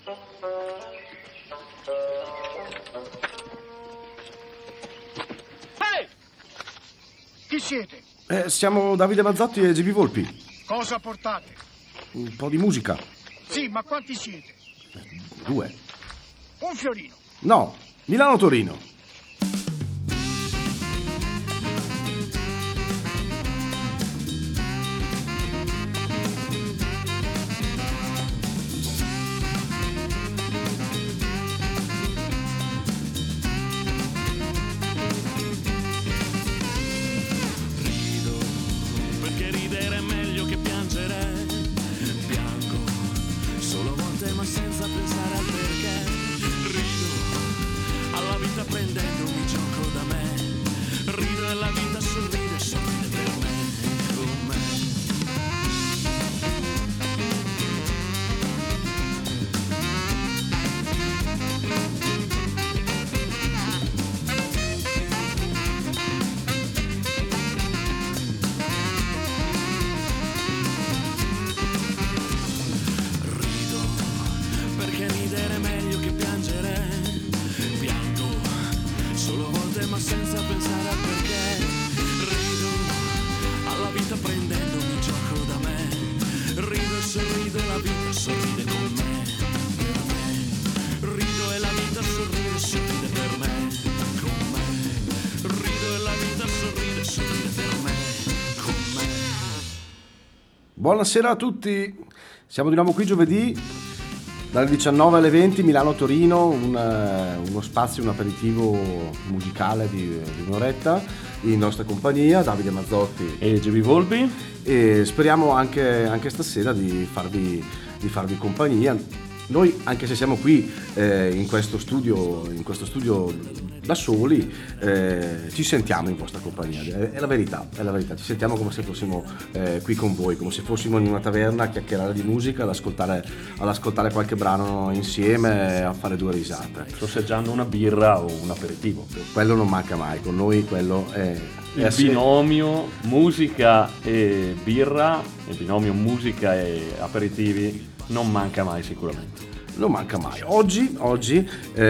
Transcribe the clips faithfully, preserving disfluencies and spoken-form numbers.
Ehi! Chi siete? Eh, siamo Davide Mazzotti e G B Volpi. Cosa portate? Un po' di musica. Sì, ma quanti siete? Due. Un fiorino. No, Milano-Torino. Ma senza pensare al perché rido alla vita prendendomi gioco da me, rido e la vita sorride, sorride per me, con me. Ma senza pensare al perché rido alla vita prendendomi gioco da me, rido e sorrido e la vita sorride con me, per me, rido e la vita sorride, sorride per me, con me, rido e la vita sorride, sorride per me, con me. Buonasera a tutti, siamo di nuovo qui giovedì dalle diciannove alle venti, Milano-Torino, un, uno spazio, un aperitivo musicale di, di un'oretta in nostra compagnia, Davide Mazzotti e G B Volpi, e speriamo anche, anche stasera di farvi, di farvi compagnia. Noi, anche se siamo qui eh, in questo studio, in questo studio da soli, eh, ci sentiamo in vostra compagnia, è, è la verità, è la verità, ci sentiamo come se fossimo eh, qui con voi, come se fossimo in una taverna a chiacchierare di musica, ad ascoltare, ad ascoltare qualche brano insieme, a fare due risate. Sorseggiando una birra o un aperitivo. Quello non manca mai, con noi quello è... Il è binomio musica e birra, il binomio musica e aperitivi non manca mai sicuramente. Non manca mai. Oggi, oggi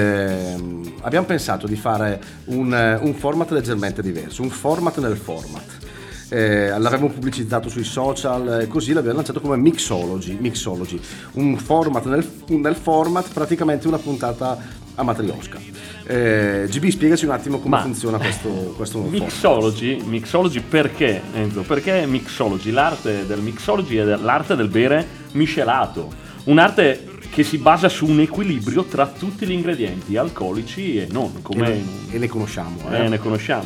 ehm, abbiamo pensato di fare un, un format leggermente diverso, un format nel format. Eh, l'avevamo pubblicizzato sui social e così l'abbiamo lanciato come Mixology, Mixology, un format nel, nel format, praticamente una puntata a matriosca. Eh, G B, spiegaci un attimo come Ma funziona questo, questo nuovo Mixology, format. Mixology perché, Enzo? Perché Mixology? L'arte del Mixology è l'arte del bere miscelato, un'arte che si basa su un equilibrio tra tutti gli ingredienti alcolici e non, come e, e ne conosciamo, eh? eh, ne conosciamo.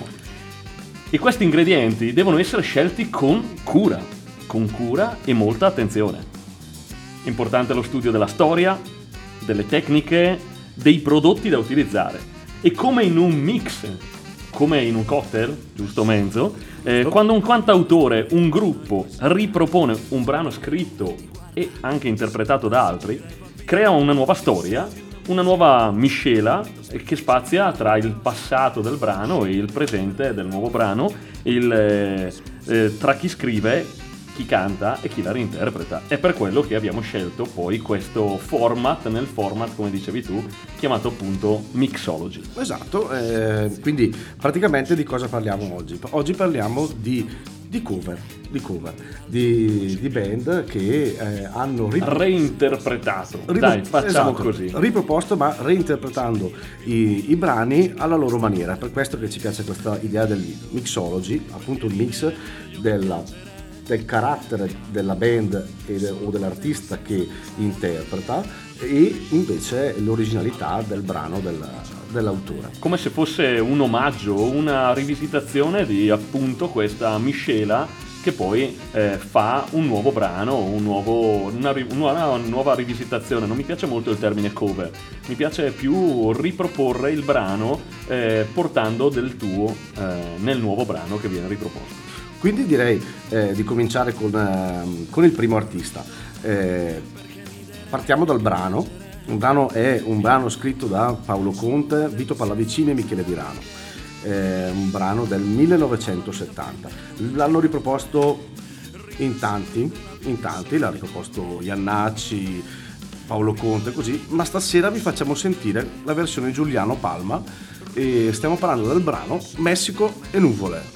E questi ingredienti devono essere scelti con cura, con cura e molta attenzione. Importante lo studio della storia, delle tecniche, dei prodotti da utilizzare. E come in un mix, come in un cocktail, giusto Menzo, eh, quando un cantautore, un gruppo ripropone un brano scritto e anche interpretato da altri, crea una nuova storia, una nuova miscela che spazia tra il passato del brano e il presente del nuovo brano, il, eh, eh, tra chi scrive, chi canta e chi la reinterpreta. È per quello che abbiamo scelto poi questo format, nel format, come dicevi tu, chiamato appunto Mixology. Esatto, eh, quindi praticamente di cosa parliamo oggi? Oggi parliamo di, di cover, di cover, di, di band che eh, hanno rip- reinterpretato, rip- dai, facciamo esatto, così. Riproposto, ma reinterpretando i, i brani alla loro maniera. È per questo che ci piace questa idea del Mixology, appunto il mix della del carattere della band e de, o dell'artista che interpreta e invece l'originalità del brano della, dell'autore. Come se fosse un omaggio, una rivisitazione di appunto questa miscela che poi eh, fa un nuovo brano, un nuovo, una, una nuova rivisitazione. Non mi piace molto il termine cover, mi piace più riproporre il brano eh, portando del tuo eh, nel nuovo brano che viene riproposto. Quindi direi eh, di cominciare con, eh, con il primo artista. Eh, partiamo dal brano. Un brano è un brano scritto da Paolo Conte, Vito Pallavicini e Michele Virano. È un brano del millenovecentosettanta. L'hanno riproposto in tanti, in tanti, l'ha riproposto Iannacci, Paolo Conte, così, ma stasera vi facciamo sentire la versione Giuliano Palma e stiamo parlando del brano Messico e nuvole.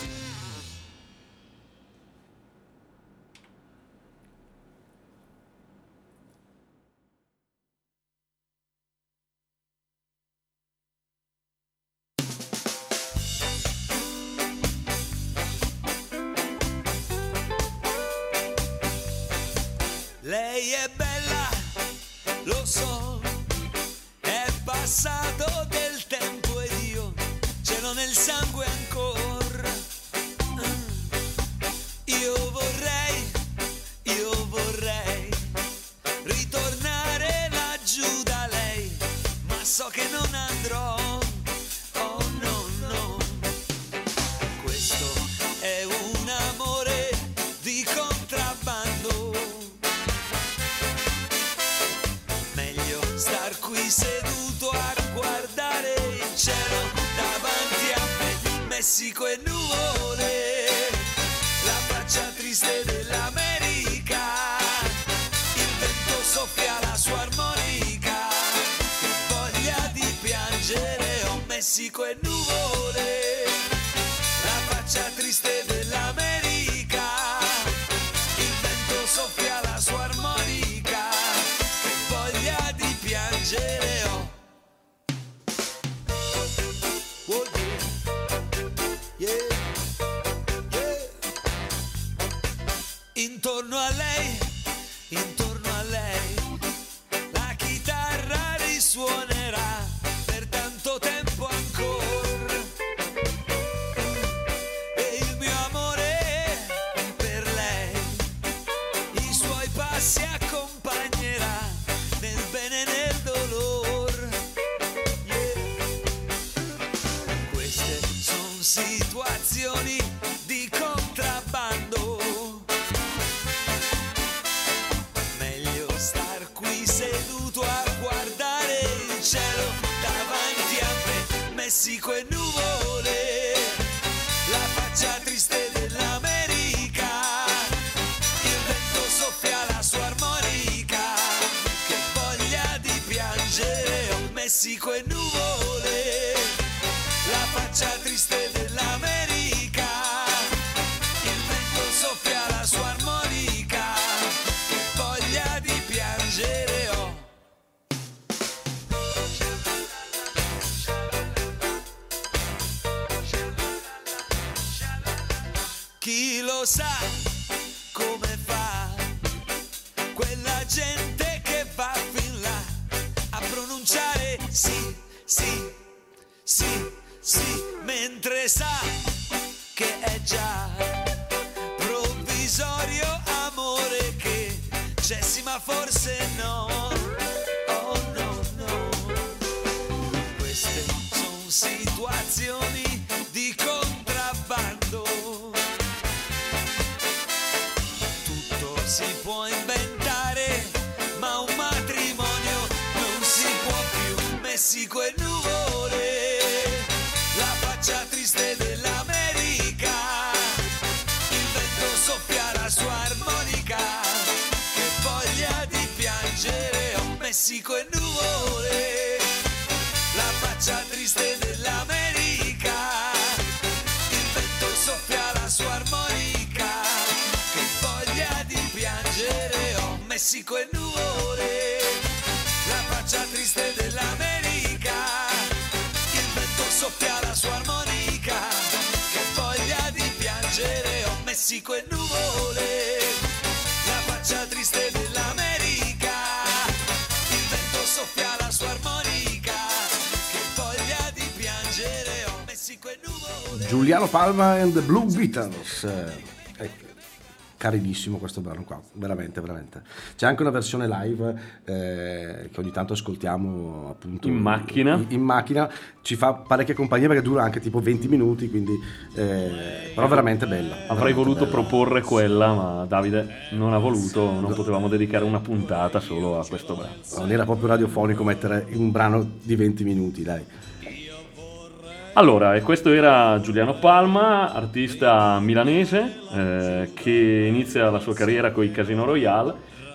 Lei è bella, lo so, è passato del tempo ed io ce l'ho nel sangue ancora. Io vorrei, io vorrei ritornare laggiù da lei, ma so che non andrò. Oh no, no, questo è un amore di contrabbando. Star qui seduto a guardare il cielo davanti a me, Messico e nuvole, la faccia triste dell'America, il vento soffia la sua armonica, che voglia di piangere, oh Messico e nuvole, la faccia triste dell'America, il vento soffia la sua armonica, che voglia di piangere, oh. Oh yeah, yeah, yeah. Intorno a lei, intorno a lei, la chitarra risuonerà per tanto tempo ancora. E il mio amore per lei, i suoi passi accompagnerà nel bene e nel dolore. Yeah. Queste sono situazioni di contrabbando. Meglio star qui seduto a guardare il cielo davanti a me, Messico e nuvole, la faccia triste dell'America, il vento soffia la sua armonica, che voglia di piangere, oh Messico e nuvole, la faccia triste dell'America, il vento soffia la sua armonica, che voglia di piangere, oh. Chi lo sa come fa quella gente che va fin là a pronunciare sì, sì, sì, sì, mentre sa che è già provvisorio amore che c'è sì ma forse no. Oh no, no, queste sono situazioni di contrabbando. Tutto si può inventare, ma un matrimonio non si può più. Messico e nuvole, la faccia triste dell'America, il vento soffia la sua armonica, che voglia di piangere, oh Messico e nuvole, la faccia triste dell'America, il vento soffia la sua armonica, che voglia di piangere, oh Messico e nuvole, la faccia triste dell'America, il vento soffia la sua armonica, che voglia di piangere, oh Messico e nuvole, la faccia triste dell'America, il vento soffia la sua armonica, che voglia di piangere, oh Messico e nuvole. Giuliano Palma and the Blue Beatles. Eh, carinissimo questo brano qua, veramente, veramente. C'è anche una versione live eh, che ogni tanto ascoltiamo appunto in macchina. In, in macchina, ci fa parecchia compagnia perché dura anche tipo venti minuti, quindi eh, però veramente bella. Avrei veramente voluto bella. proporre quella, ma Davide non ha voluto, non potevamo dedicare una puntata solo a questo brano. Non era proprio radiofonico mettere un brano di venti minuti, dai. Allora, e questo era Giuliano Palma, artista milanese eh, che inizia la sua carriera con i Casino Royale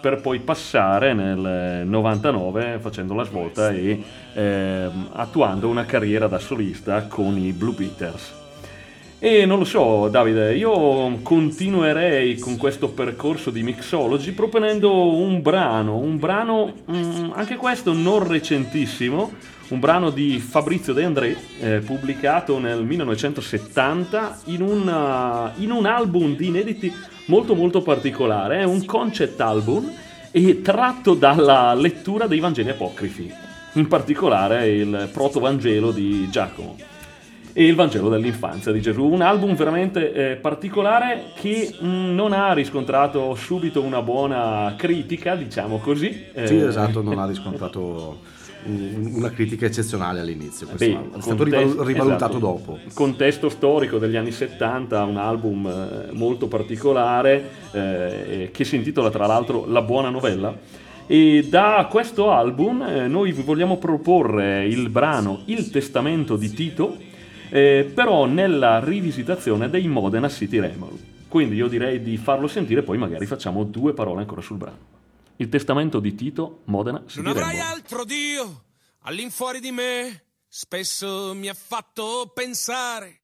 per poi passare nel novantanove facendo la svolta e eh, attuando una carriera da solista con i Blue Beaters. E non lo so, Davide, io continuerei con questo percorso di mixology proponendo un brano, un brano mh, anche questo non recentissimo, un brano di Fabrizio De André, eh, pubblicato nel millenovecentosettanta in, una, in un album di inediti molto molto particolare, è un concept album e tratto dalla lettura dei Vangeli apocrifi, in particolare il Protovangelo di Giacomo e il Vangelo dell'infanzia di Gesù, un album veramente eh, particolare che mh, non ha riscontrato subito una buona critica, diciamo così. Sì, eh, esatto, non ha riscontrato un- una critica eccezionale all'inizio, questo Beh, album. È stato contesto- rivalu- rivalutato esatto. dopo. Contesto storico degli anni settanta, un album eh, molto particolare eh, che si intitola tra l'altro La buona novella. E da questo album eh, noi vi vogliamo proporre il brano Il testamento di Tito, eh, però nella rivisitazione dei Modena City Ramble. Quindi io direi di farlo sentire, poi magari facciamo due parole ancora sul brano. Il testamento di Tito, Modena City Non avrai Ramble. altro Dio all'infuori di me, spesso mi ha fatto pensare.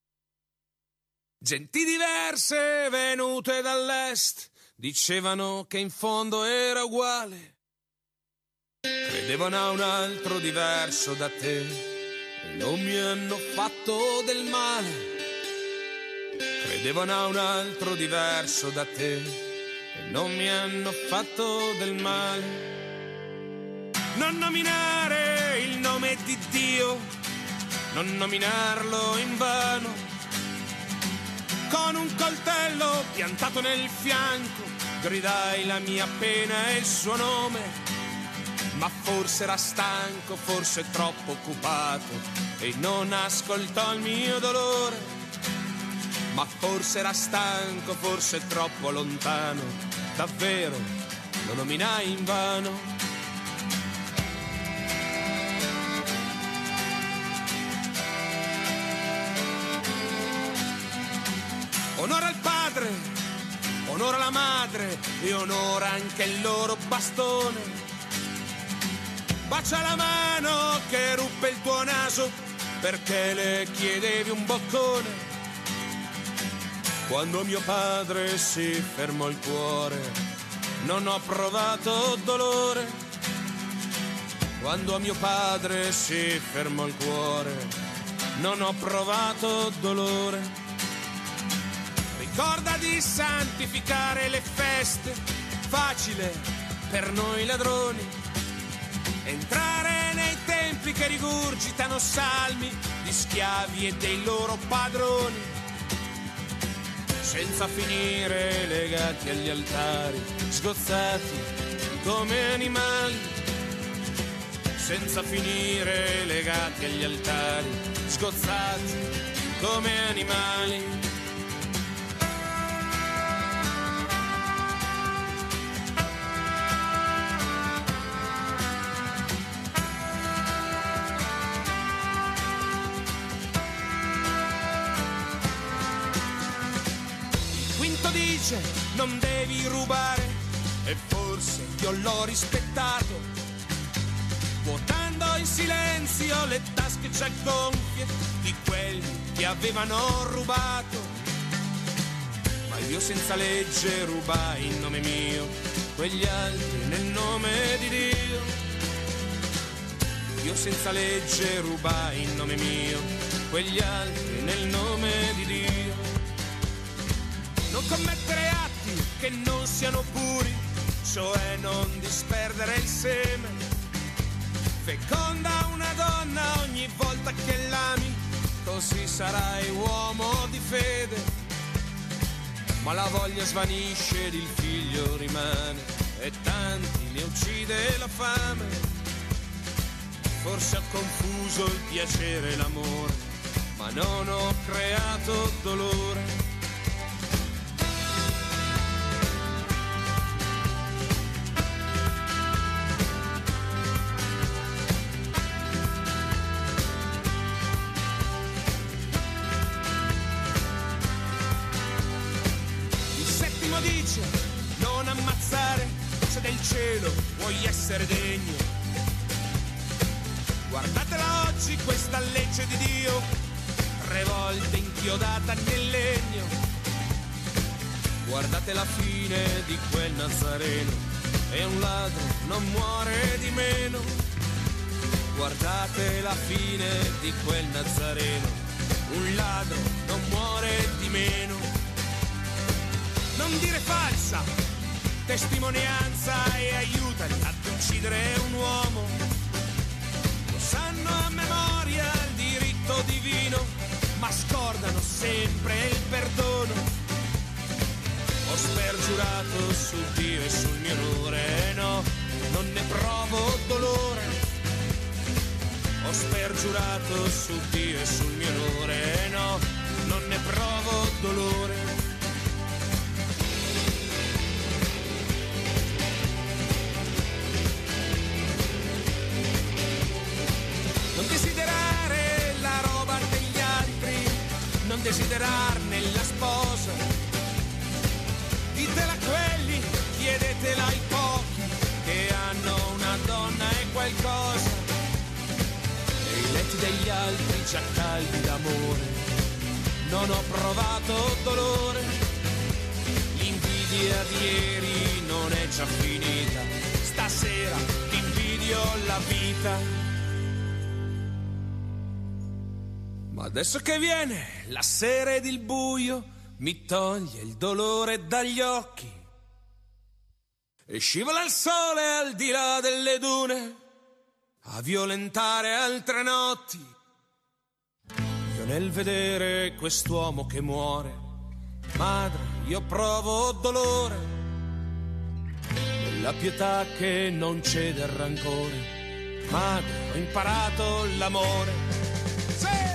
Genti diverse venute dall'est dicevano che in fondo era uguale. Credevano a un altro diverso da te e non mi hanno fatto del male. Credevano a un altro diverso da te e non mi hanno fatto del male. Non nominare il nome di Dio, non nominarlo in vano. Con un coltello piantato nel fianco gridai la mia pena e il suo nome. Ma forse era stanco, forse troppo occupato e non ascoltò il mio dolore. Ma forse era stanco, forse troppo lontano, davvero lo nominai in vano. Onora il padre, onora la madre e onora anche il loro bastone. Bacia la mano che ruppe il tuo naso perché le chiedevi un boccone. Quando mio padre si fermò il cuore non ho provato dolore. Quando a mio padre si fermò il cuore non ho provato dolore. Ricorda di santificare le feste, facile per noi ladroni. Entrare nei templi che rigurgitano salmi di schiavi e dei loro padroni, senza finire legati agli altari, sgozzati come animali, senza finire legati agli altari, sgozzati come animali. Dice non devi rubare e forse io l'ho rispettato, vuotando in silenzio le tasche già gonfie di quelli che avevano rubato. Ma io senza legge rubai in nome mio, quegli altri nel nome di Dio. Io senza legge rubai in nome mio, quegli altri nel nome di Dio. Non commettere atti che non siano puri, cioè non disperdere il seme. Feconda una donna ogni volta che l'ami, così sarai uomo di fede. Ma la voglia svanisce ed il figlio rimane, e tanti ne uccide la fame. Forse ho confuso il piacere e l'amore, ma non ho creato dolore. Dice non ammazzare, se del cielo cielo, vuoi essere degno. Guardatela oggi questa legge di Dio, tre volte inchiodata nel legno. Guardate la fine di quel Nazareno, e un ladro non muore di meno. Guardate la fine di quel Nazareno, un ladro non muore di meno. Non dire falsa testimonianza e aiutali ad uccidere un uomo. Lo sanno a memoria il diritto divino, ma scordano sempre il perdono. Ho spergiurato su Dio e sul mio onore, no, non ne provo dolore. Ho spergiurato su Dio e sul mio onore, no, non ne provo dolore. Non desiderare la roba degli altri, non desiderarne la sposa. Ditela a quelli, chiedetela ai pochi che hanno una donna e qualcosa. Nei letti degli altri già caldi d'amore, non ho provato dolore. L'invidia di ieri non è già finita, stasera ti invidio la vita. Ma adesso che viene la sera ed il buio, mi toglie il dolore dagli occhi e scivola il sole al di là delle dune a violentare altre notti. Io nel vedere quest'uomo che muore, madre, io provo dolore, nella pietà che non cede al rancore, madre, ho imparato l'amore. Sì!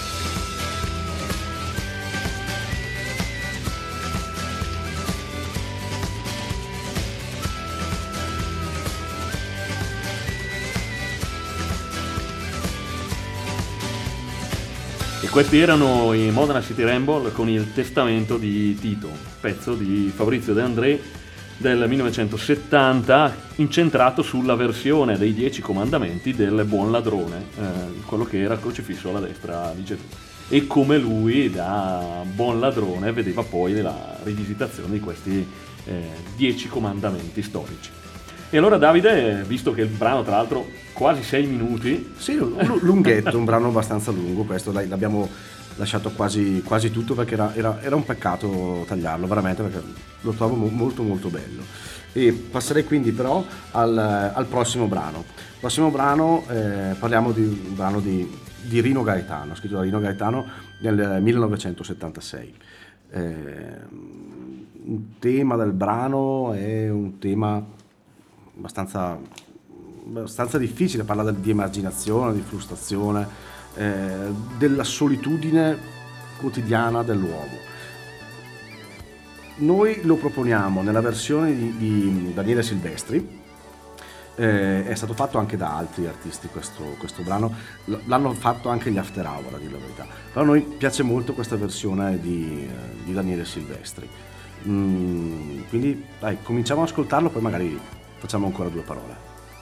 E questi erano i Modena City Ramble con il Testamento di Tito, pezzo di Fabrizio De André del millenovecentosettanta, incentrato sulla versione dei Dieci Comandamenti del buon ladrone, eh, quello che era crocifisso alla destra di Gesù, e come lui da buon ladrone vedeva poi la rivisitazione di questi eh, Dieci Comandamenti storici. E allora Davide, visto che il brano tra l'altro quasi sei minuti... Sì, un lunghetto, un brano abbastanza lungo questo, dai, l'abbiamo lasciato quasi, quasi tutto perché era, era, era un peccato tagliarlo, veramente, perché lo trovo molto molto bello. E passerei quindi però al, al prossimo brano. Il prossimo brano, eh, parliamo di un brano di, di Rino Gaetano, scritto da Rino Gaetano nel millenovecentosettantasei. Eh, il tema del brano è un tema abbastanza, abbastanza difficile, parla di emarginazione, di frustrazione, eh, della solitudine quotidiana dell'uomo. Noi lo proponiamo nella versione di, di Daniele Silvestri, eh, è stato fatto anche da altri artisti questo, questo brano, l'hanno fatto anche gli After Hour, a dire la verità, però a noi piace molto questa versione di, di Daniele Silvestri. Mm, quindi dai, cominciamo ad ascoltarlo, poi magari facciamo ancora due parole.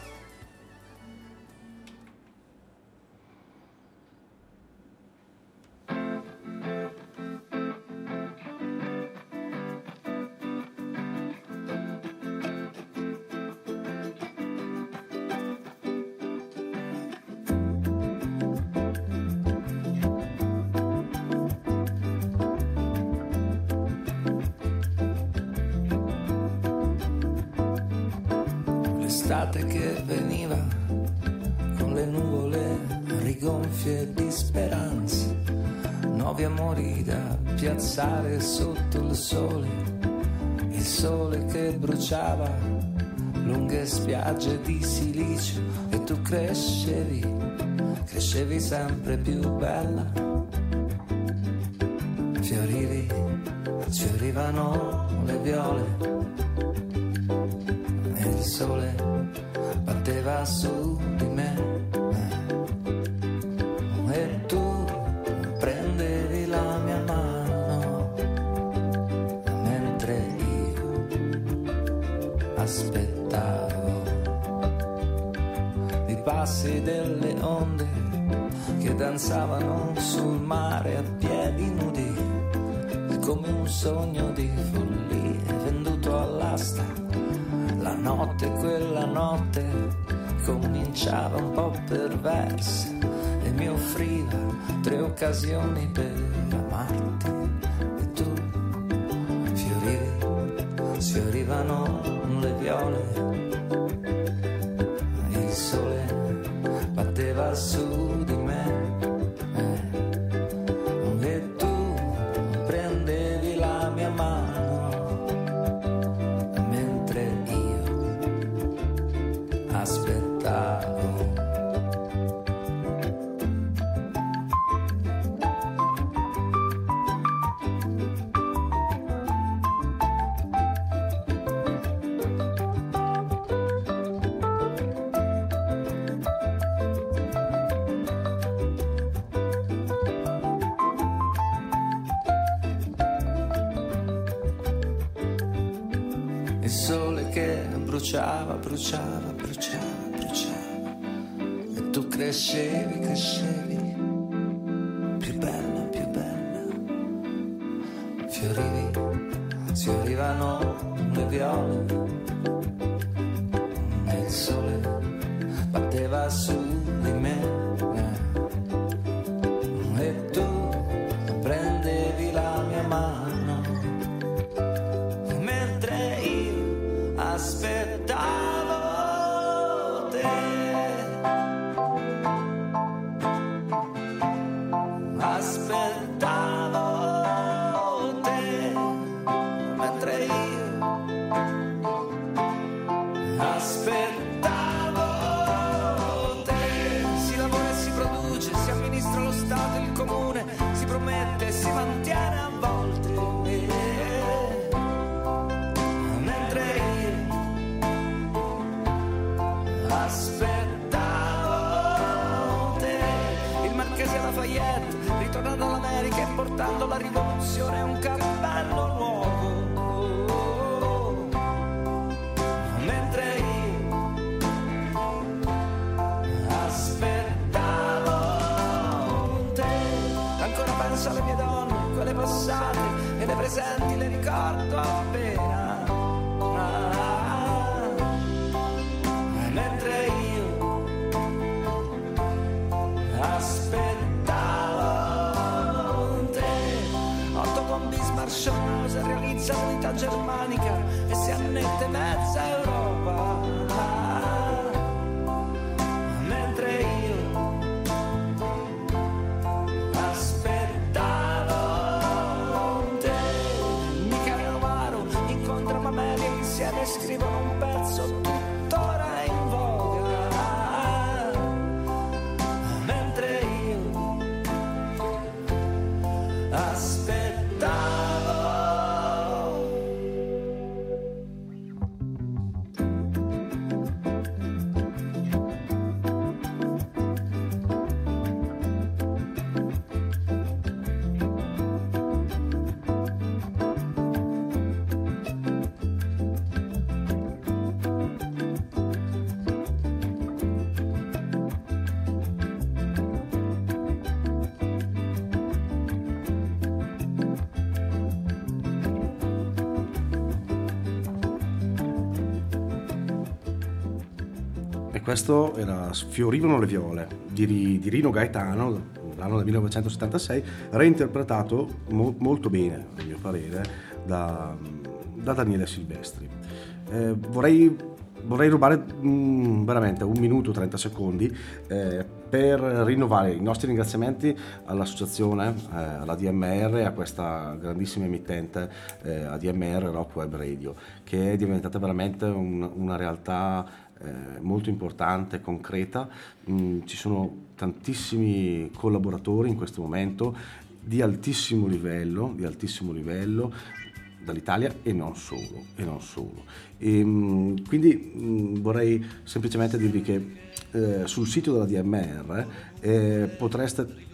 L'estate che veniva con le nuvole rigonfie di speranze, nuovi amori da piazzare sotto il sole, il sole che bruciava lunghe spiagge di silicio, e tu crescevi, crescevi sempre più bella, fiorivi, fiorivano le viole, il sole batteva su di me, e tu prendevi la mia mano mentre io aspettavo. passi delle onde che danzavano sul mare a piedi nudi, come un sogno di follia venduto all'asta. La notte, quella notte, cominciava un po' perversa e mi offriva tre occasioni per amarti. E tu fiorivi, sfiorivano le viole, il sole batteva su di me, eh, e tu prendevi la mia mano mentre io aspettavo. Il sole che bruciava, bruciava, bruciava, bruciava, e tu crescevi, crescevi, più bella, più bella. Fiorivi, sfiorivano le viole, e il sole batteva su di me, e tu prendevi la mia mano mentre io aspettavo te. Aspettavo te mentre io aspettavo te. Si lavora e si produce, si amministra lo Stato e il comune, si promette e si mantiene a volte. Aspettavo te, il marchese Lafayette, ritornato all'America e portando la rivoluzione e un cappello nuovo, mentre io aspettavo te. Ancora penso alle mie donne, quelle passate e le presenti, le ricordo appena. Mentre io aspettavo te, otto con Bismarck, Schauser realizza l'unità germanica e si annette mezza Europa. Mentre io aspettavo te, Michele Romaro incontra Mameli e insieme scrivono un pezzo tuttora in voga. Mentre io aspettavo. Questo era Sfiorivano le viole di, di Rino Gaetano, l'anno del millenovecentosettantasei, reinterpretato mo, molto bene, a mio parere, da, da Daniele Silvestri. Eh, vorrei, vorrei rubare mh, veramente un minuto, trenta secondi, eh, per rinnovare i nostri ringraziamenti all'associazione, eh, alla D M R, a questa grandissima emittente, eh, A D M R Rock Web Radio, che è diventata veramente un, una realtà Eh, molto importante, concreta. Mm, ci sono tantissimi collaboratori in questo momento di altissimo livello, di altissimo livello dall'Italia e non solo, e non solo. E, mm, quindi mm, vorrei semplicemente dirvi che eh, sul sito della D M R eh, potreste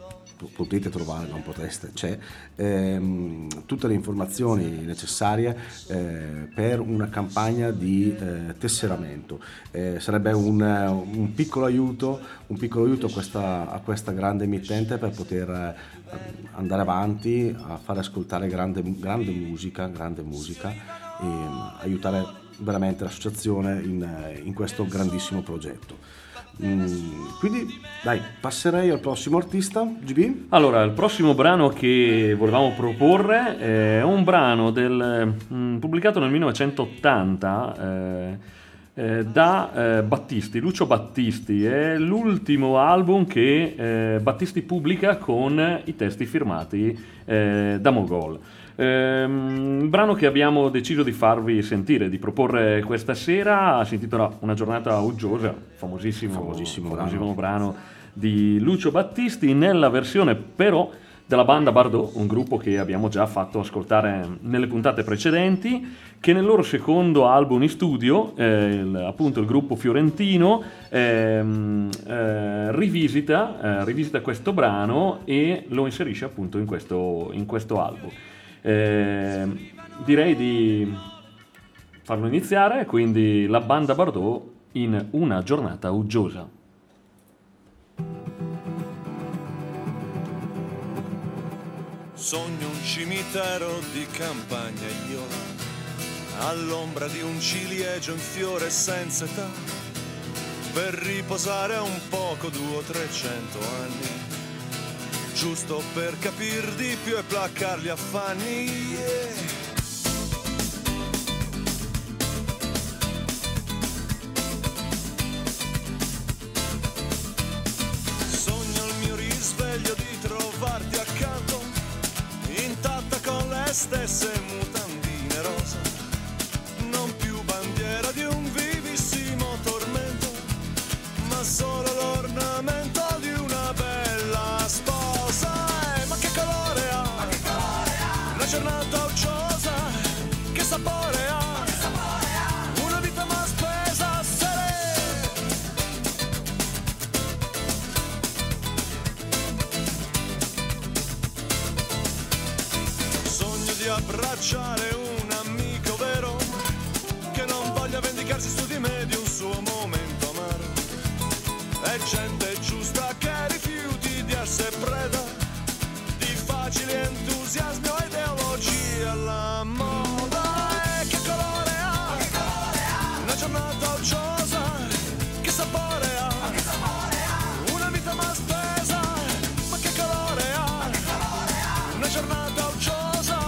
potete trovare, non potreste, c'è ehm, tutte le informazioni necessarie eh, per una campagna di eh, tesseramento. Eh, sarebbe un, un piccolo aiuto, un piccolo aiuto a questa, a questa grande emittente per poter eh, andare avanti a fare ascoltare grande, grande musica, grande musica e um, aiutare veramente l'associazione in, in questo grandissimo progetto. Mm, quindi dai, passerei al prossimo artista, G B. Allora, il prossimo brano che volevamo proporre è un brano del, mh, pubblicato nel millenovecentottanta eh, eh, da eh, Battisti, Lucio Battisti. È l'ultimo album che eh, Battisti pubblica con i testi firmati eh, da Mogol. Ehm, il brano che abbiamo deciso di farvi sentire, di proporre questa sera, si intitola Una giornata uggiosa, famosissimo, famosissimo, famosissimo brano. brano di Lucio Battisti, nella versione però della banda Bardot, un gruppo che abbiamo già fatto ascoltare nelle puntate precedenti, che nel loro secondo album in studio, eh, il, appunto il gruppo fiorentino, ehm, eh, rivisita, eh, rivisita questo brano e lo inserisce appunto in questo, in questo album. Eh, direi di farlo iniziare, quindi la banda Bardot in Una giornata uggiosa. Sogno un cimitero di campagna iola, all'ombra di un ciliegio in fiore senza età, per riposare un poco due o trecento anni, giusto per capir di più e placar gli affanni, yeah. Sogno il mio risveglio di trovarti accanto, intatta con le stesse mutandine rosa, non più bandiera di un vivissimo tormento, ma solo l'ornamento di una bella sposa. Eh, ma che colore ha? Ma che colore ha? Una giornata uggiosa, che sapore ha? Ma che sapore ha? Una vita ma spesa, serena. Di abbracciare un amico vero, che non voglia vendicarsi su di me di un suo momento amaro. È gente giusta che rifiuti di essere preda di facili entusiasmi o ideologie alla moda. E che colore ha? Che colore ha? Una giornata uggiosa, che sapore ha? Ma che sapore ha? Una vita ma spesa, ma che colore ha? Ma che colore ha? Una giornata uggiosa,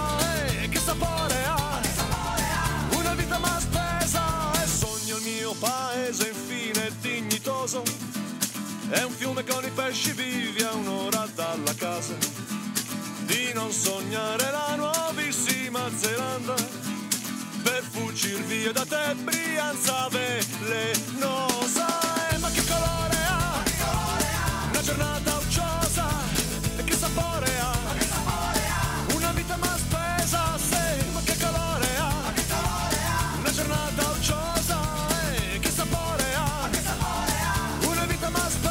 una vita ma spesa. E sogno il mio paese infine dignitoso, è un fiume con i pesci vivi a un'ora dalla casa, di non sognare la nuovissima Zelanda, per fuggir via da te Brianza velenosa. E ma che colore ha? Ma che colore ha? Una giornata uggiosa, e che sapore ha? Ma che sapore ha? Una vita ma spesa, sì, ma che colore ha? Ma che colore ha? Una giornata uggiosa, e che sapore ha? Ma che sapore ha? Una vita ma spesa.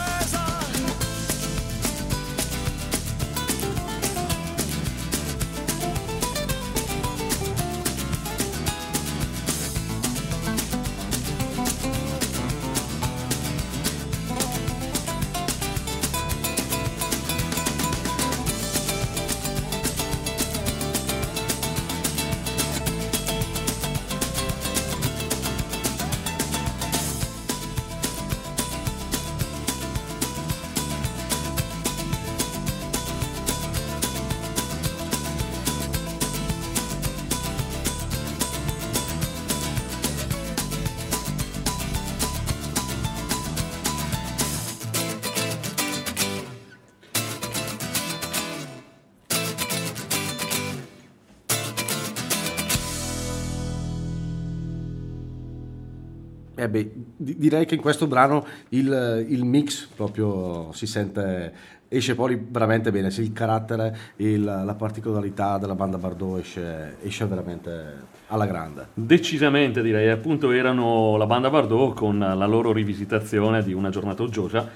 Eh beh, di- direi che in questo brano il, il mix proprio si sente, esce fuori veramente bene, sì, il carattere, il- la particolarità della banda Bardot esce, esce veramente alla grande. Decisamente direi, appunto erano la banda Bardot con la loro rivisitazione di Una giornata uggiosa,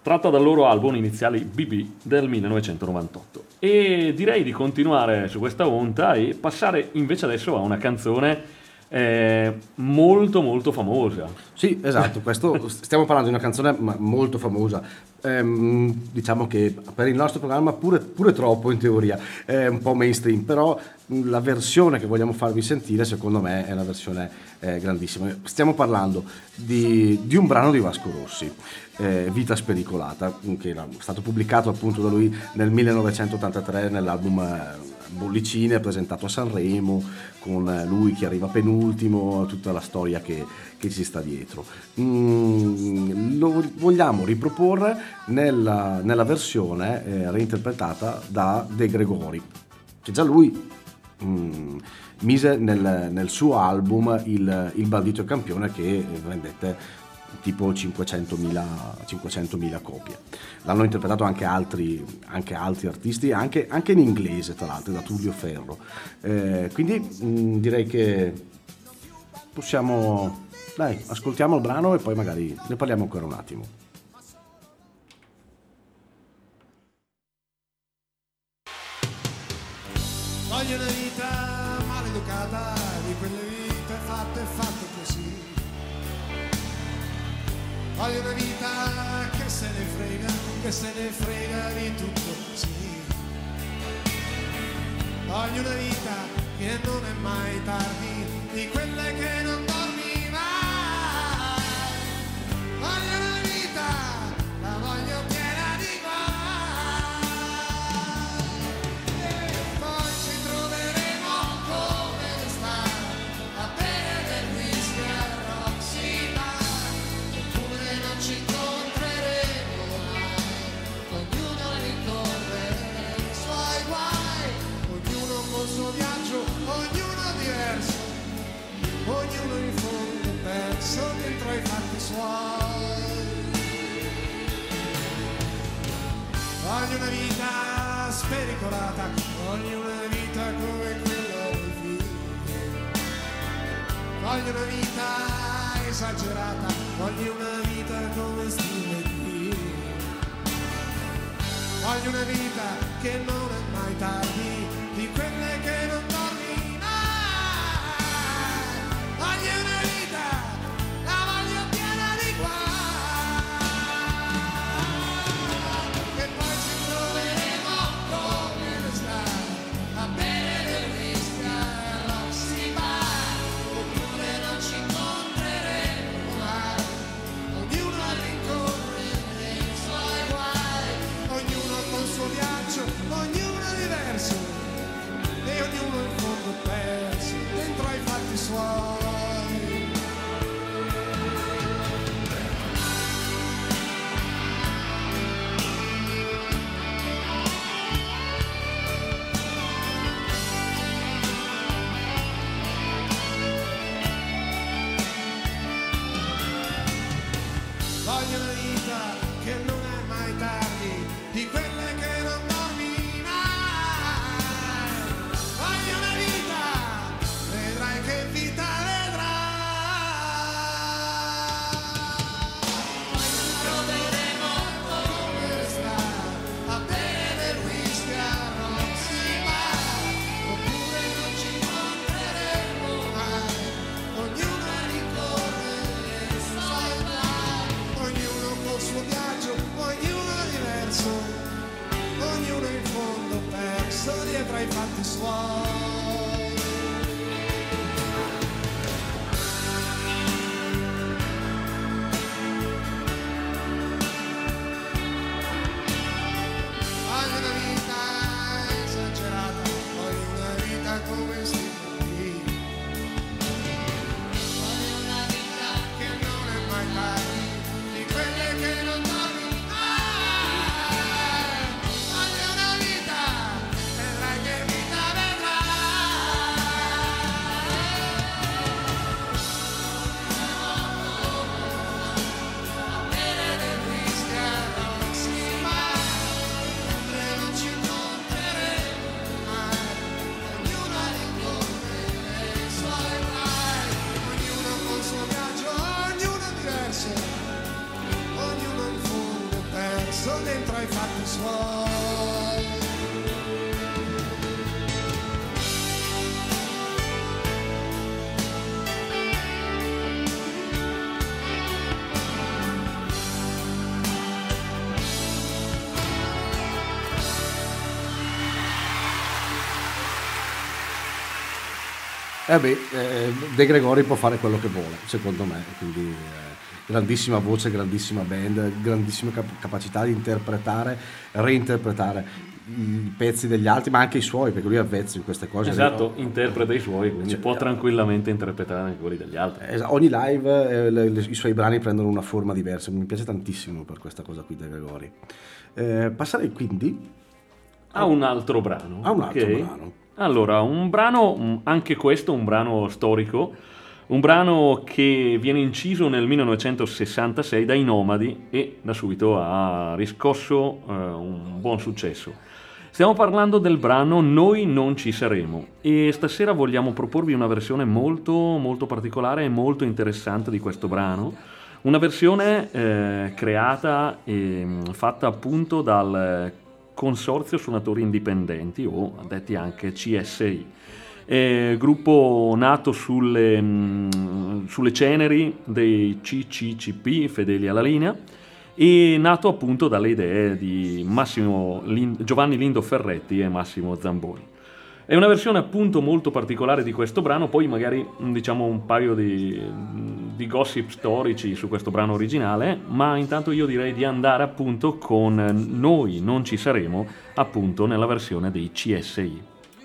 tratta dal loro album iniziali B B del millenovecentonovantotto. E direi di continuare su questa onta e passare invece adesso a una canzone eh, molto molto famosa. Sì, esatto, questo, stiamo parlando di una canzone ma molto famosa, ehm, diciamo che per il nostro programma pure, pure troppo in teoria, è un po' mainstream, però la versione che vogliamo farvi sentire secondo me è una versione eh, grandissima. Stiamo parlando di, di un brano di Vasco Rossi, eh, Vita spericolata, che era stato pubblicato appunto da lui nel millenovecentottantatré nell'album eh, Bollicine, presentato a Sanremo, con lui che arriva penultimo, tutta la storia che, che ci sta dietro. Mm, lo vogliamo riproporre nella, nella versione eh, reinterpretata da De Gregori, che già lui mm, mise nel, nel suo album il, il Bandito Campione, che vendette tipo cinquecentomila copie. L'hanno interpretato anche altri, anche altri artisti, anche, anche in inglese tra l'altro, da Tullio Ferro. Eh, quindi mh, direi che possiamo, dai, ascoltiamo il brano e poi magari ne parliamo ancora un attimo. Voglio una vita maleducata, di quelle vite fatte e fatte così. Voglio una vita che se ne frega, che se ne frega di tutto così. Voglio una vita che non è mai tardi, di quelle che non dormi mai. Voglio una vita, la voglio piena di guai. E poi ci troveremo come l'estate, a bere del whisky al Roxy Bar. Oppure non ci incontreremo mai, ognuno ricorre i suoi guai. Ognuno col suo viaggio, ognuno diverso, ognuno in fondo perso dentro ai fatti suoi. Voglio una vita spericolata, voglio una vita come quella dei figli. Voglio una vita esagerata, voglio una vita come stile qui. Voglio una vita che non è mai tardi, di quelle che non dormi mai. Voglio una vita, la voglio piena di guai. E poi ci troveremo come l'estate, a bere del whisky al Roxy Bar. Oppure non ci incontreremo mai, ognuno a rincorrere i suoi guai. Ognuno col suo viaggio, ognuno diverso, e ognuno in fondo perso dentro ai fatti suoi. Voglio una vita che non è mai tardi, di quelle che non dormi mai. Voglio una vita, vedrai che vita vedrai. Ci troveremo come l'estate, a bere del whisky al Roxy Bar. Oppure non ci incontreremo mai, ognuno a rincorrere i suoi guai. Ognuno col suo viaggio, ognuno diverso, ognuno in fondo perso dietro ai fatti suoi. Voglio una vita esagerata, voglio una vita come stili. Voglio una vita che non è mai tardi, di quelle che non dormi mai. Voglio una vita, vedrai che vita vedrai. messo dentro ai fatti suoi. Eh beh, eh, De Gregori può fare quello che vuole, secondo me, quindi eh, grandissima voce, grandissima band, grandissima cap- capacità di interpretare, reinterpretare i pezzi degli altri, ma anche i suoi, perché lui è avvezzo in queste cose. Esatto, interpreta i suoi, quindi Cioè, può tranquillamente interpretare anche quelli degli altri. Es- ogni live eh, le- le- i suoi brani prendono una forma diversa, mi piace tantissimo per questa cosa qui De Gregori. Eh, passerei quindi Ha un altro brano. a un altro ok? brano. Allora, un brano, mm, anche questo un brano storico, un brano che viene inciso nel millenovecentosessantasei dai Nomadi e da subito ha riscosso eh, un buon successo. Stiamo parlando del brano Noi non ci saremo e stasera vogliamo proporvi una versione molto molto particolare e molto interessante di questo brano. Una versione eh, creata e mm, fatta appunto dal Consorzio Suonatori Indipendenti, o detti anche C S I, eh, gruppo nato sulle, mh, sulle ceneri dei C C C P, fedeli alla linea, e nato appunto dalle idee di Massimo Lin- Giovanni Lindo Ferretti e Massimo Zamboni. È una versione appunto molto particolare di questo brano, poi magari diciamo un paio di, di gossip storici su questo brano originale, ma intanto io direi di andare appunto con Noi non ci saremo, appunto nella versione dei C S I.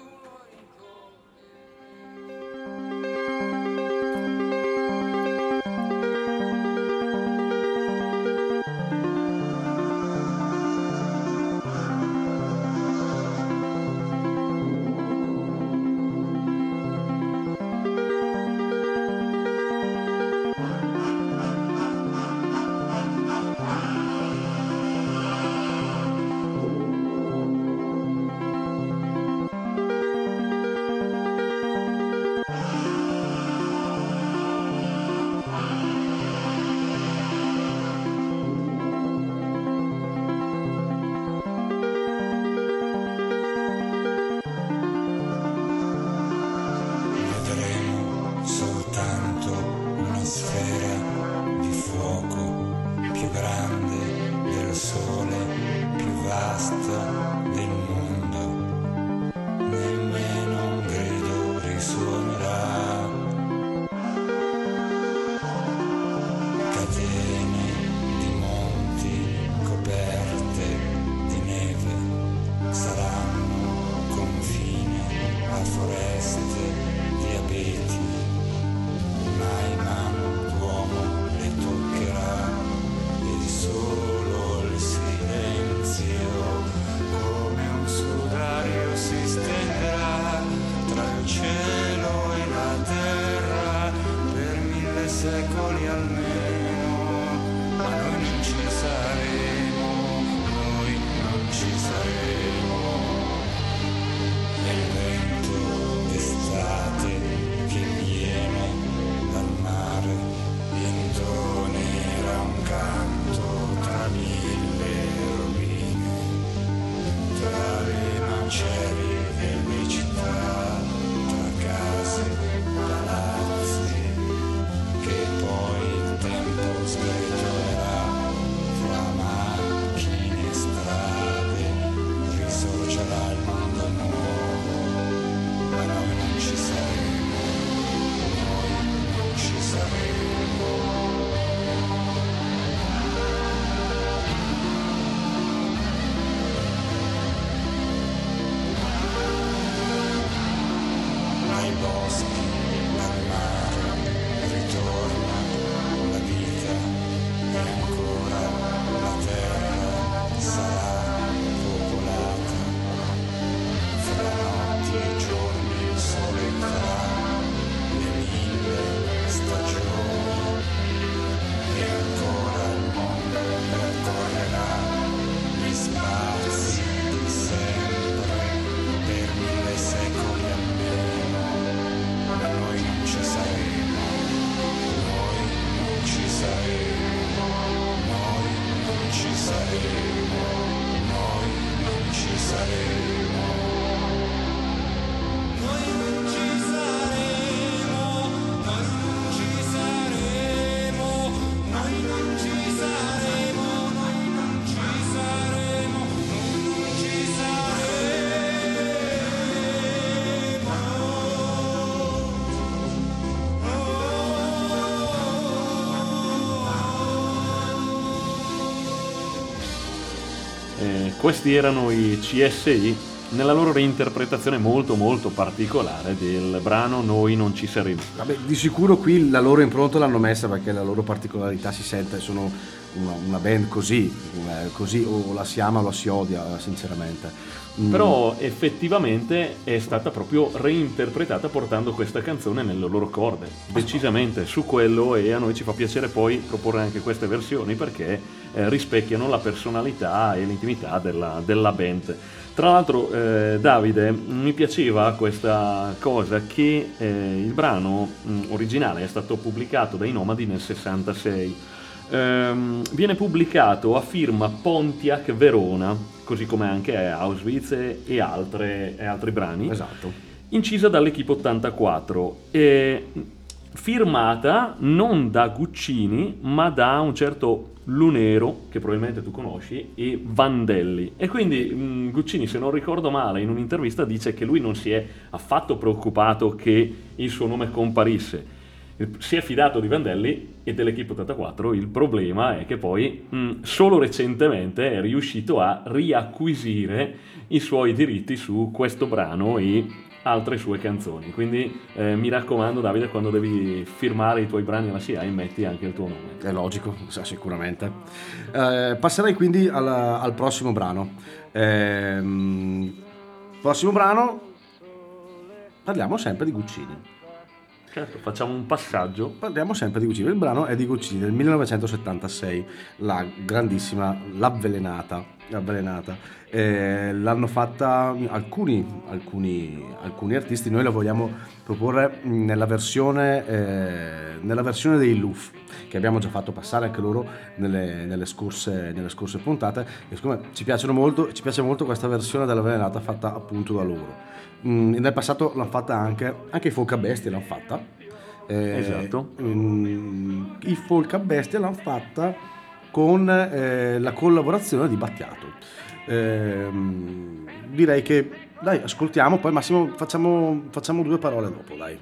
Vedremo soltanto una sfera di fuoco più grande del sole, più vasta del mondo. Nemmeno un grido risuonerà. Catene di monti coperte di neve saranno confine a foreste di abeti, mai mano d'uomo le toccherà, e solo il silenzio come un sudario si stenderà tra il cielo e la terra per mille secoli almeno, ma noi non ci saremo, noi non ci saremo. È il vento d'estate che viene dal mare e intonerà un canto tra mille rovine, tra le macerie delle città, tra case, palazzi, che poi il tempo sgretolerà fra macchine e strade, risorgerà il mondo nuovo, ma noi non ci saremo, noi non ci saremo. Ai boschi, al mare, ritorna la vita e ancora la terra sarà popolata. Fra notti e giorni il sole farà le mille stagioni e ancora il mondo percorrerà gli spazi di sempre per mille secoli almeno, ma noi non ci saremo, noi non ci saremo, noi non ci saremo. saremo. Noi non ci saremo, noi non ci saremo, noi non ci saremo, noi non ci saremo, noi non ci Eh, questi erano i C S I nella loro reinterpretazione molto molto particolare del brano Noi non ci saremo. Vabbè, di sicuro qui la loro impronta l'hanno messa perché la loro particolarità si sente, sono una, una band così, eh, così o la si ama o la si odia sinceramente. Mm. Però effettivamente è stata proprio reinterpretata portando questa canzone nelle loro corde, decisamente su quello, e a noi ci fa piacere poi proporre anche queste versioni perché eh, rispecchiano la personalità e l'intimità della, della band. Tra l'altro eh, Davide, mi piaceva questa cosa che eh, il brano mh, originale è stato pubblicato dai Nomadi nel sessantasei. Ehm, viene pubblicato a firma Pontiac Verona, così come anche Auschwitz e, e, altre, e altri brani. Esatto. Incisa dall'Equipe ottantaquattro e firmata non da Guccini ma da un certo Lunero, che probabilmente tu conosci, e Vandelli. E quindi mh, Guccini, se non ricordo male, in un'intervista dice che lui non si è affatto preoccupato che il suo nome comparisse. Si è fidato di Vandelli e dell'Equipe ottantaquattro. Il problema è che poi mh, solo recentemente è riuscito a riacquisire i suoi diritti su questo brano e altre sue canzoni. Quindi eh, mi raccomando Davide, quando devi firmare i tuoi brani alla S I A I metti anche il tuo nome. È logico, sicuramente. Eh, passerei quindi al, al prossimo brano. Eh, prossimo brano, parliamo sempre di Guccini. Certo, facciamo un passaggio. Parliamo sempre di Guccini. Il brano è di Guccini del millenovecentosettantasei, la grandissima L'Avvelenata. L'Avvelenata. Eh, l'hanno fatta alcuni, alcuni, alcuni artisti. Noi la vogliamo proporre nella versione, eh, nella versione dei Luf, che abbiamo già fatto passare anche loro nelle, nelle, scorse, nelle scorse puntate. E siccome ci piacciono molto, ci piace molto questa versione dell'Avvelenata fatta appunto da loro. Mm, nel passato l'hanno fatta anche, anche i Folk a Bestia l'hanno fatta. Eh, Esatto. Mm, i Folk a Bestia l'hanno fatta con eh, la collaborazione di Battiato. Eh, direi che dai, ascoltiamo, poi Massimo facciamo, facciamo due parole dopo, dai.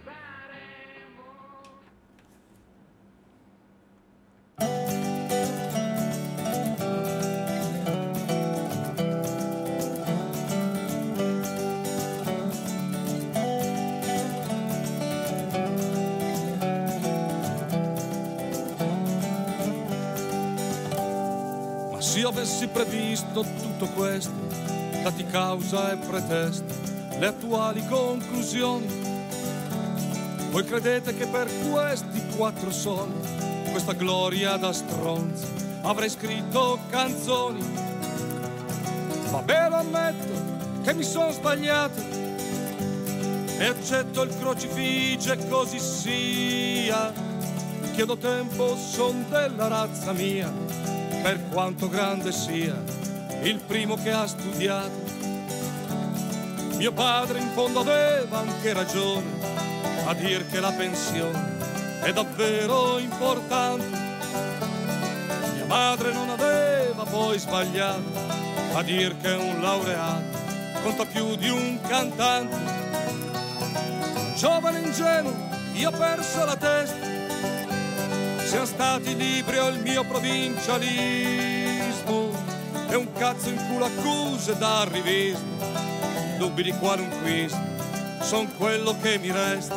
Se io avessi previsto tutto questo, dati causa e pretesto, le attuali conclusioni, voi credete che per questi quattro soldi, questa gloria da stronzo, avrei scritto canzoni? Vabbè, lo ammetto che mi sono sbagliato e accetto il crocifisso e così sia. Chiedo tempo, son della razza mia, per quanto grande sia, il primo che ha studiato. Mio padre in fondo aveva anche ragione a dir che la pensione è davvero importante. Mia madre non aveva poi sbagliato a dir che un laureato conta più di un cantante. Giovane ingenuo, io ho perso la testa, siamo stati libri o il mio provincialismo è un cazzo in culo accuse d'arrivismo, dubbi di qualunquismo son quello che mi resta.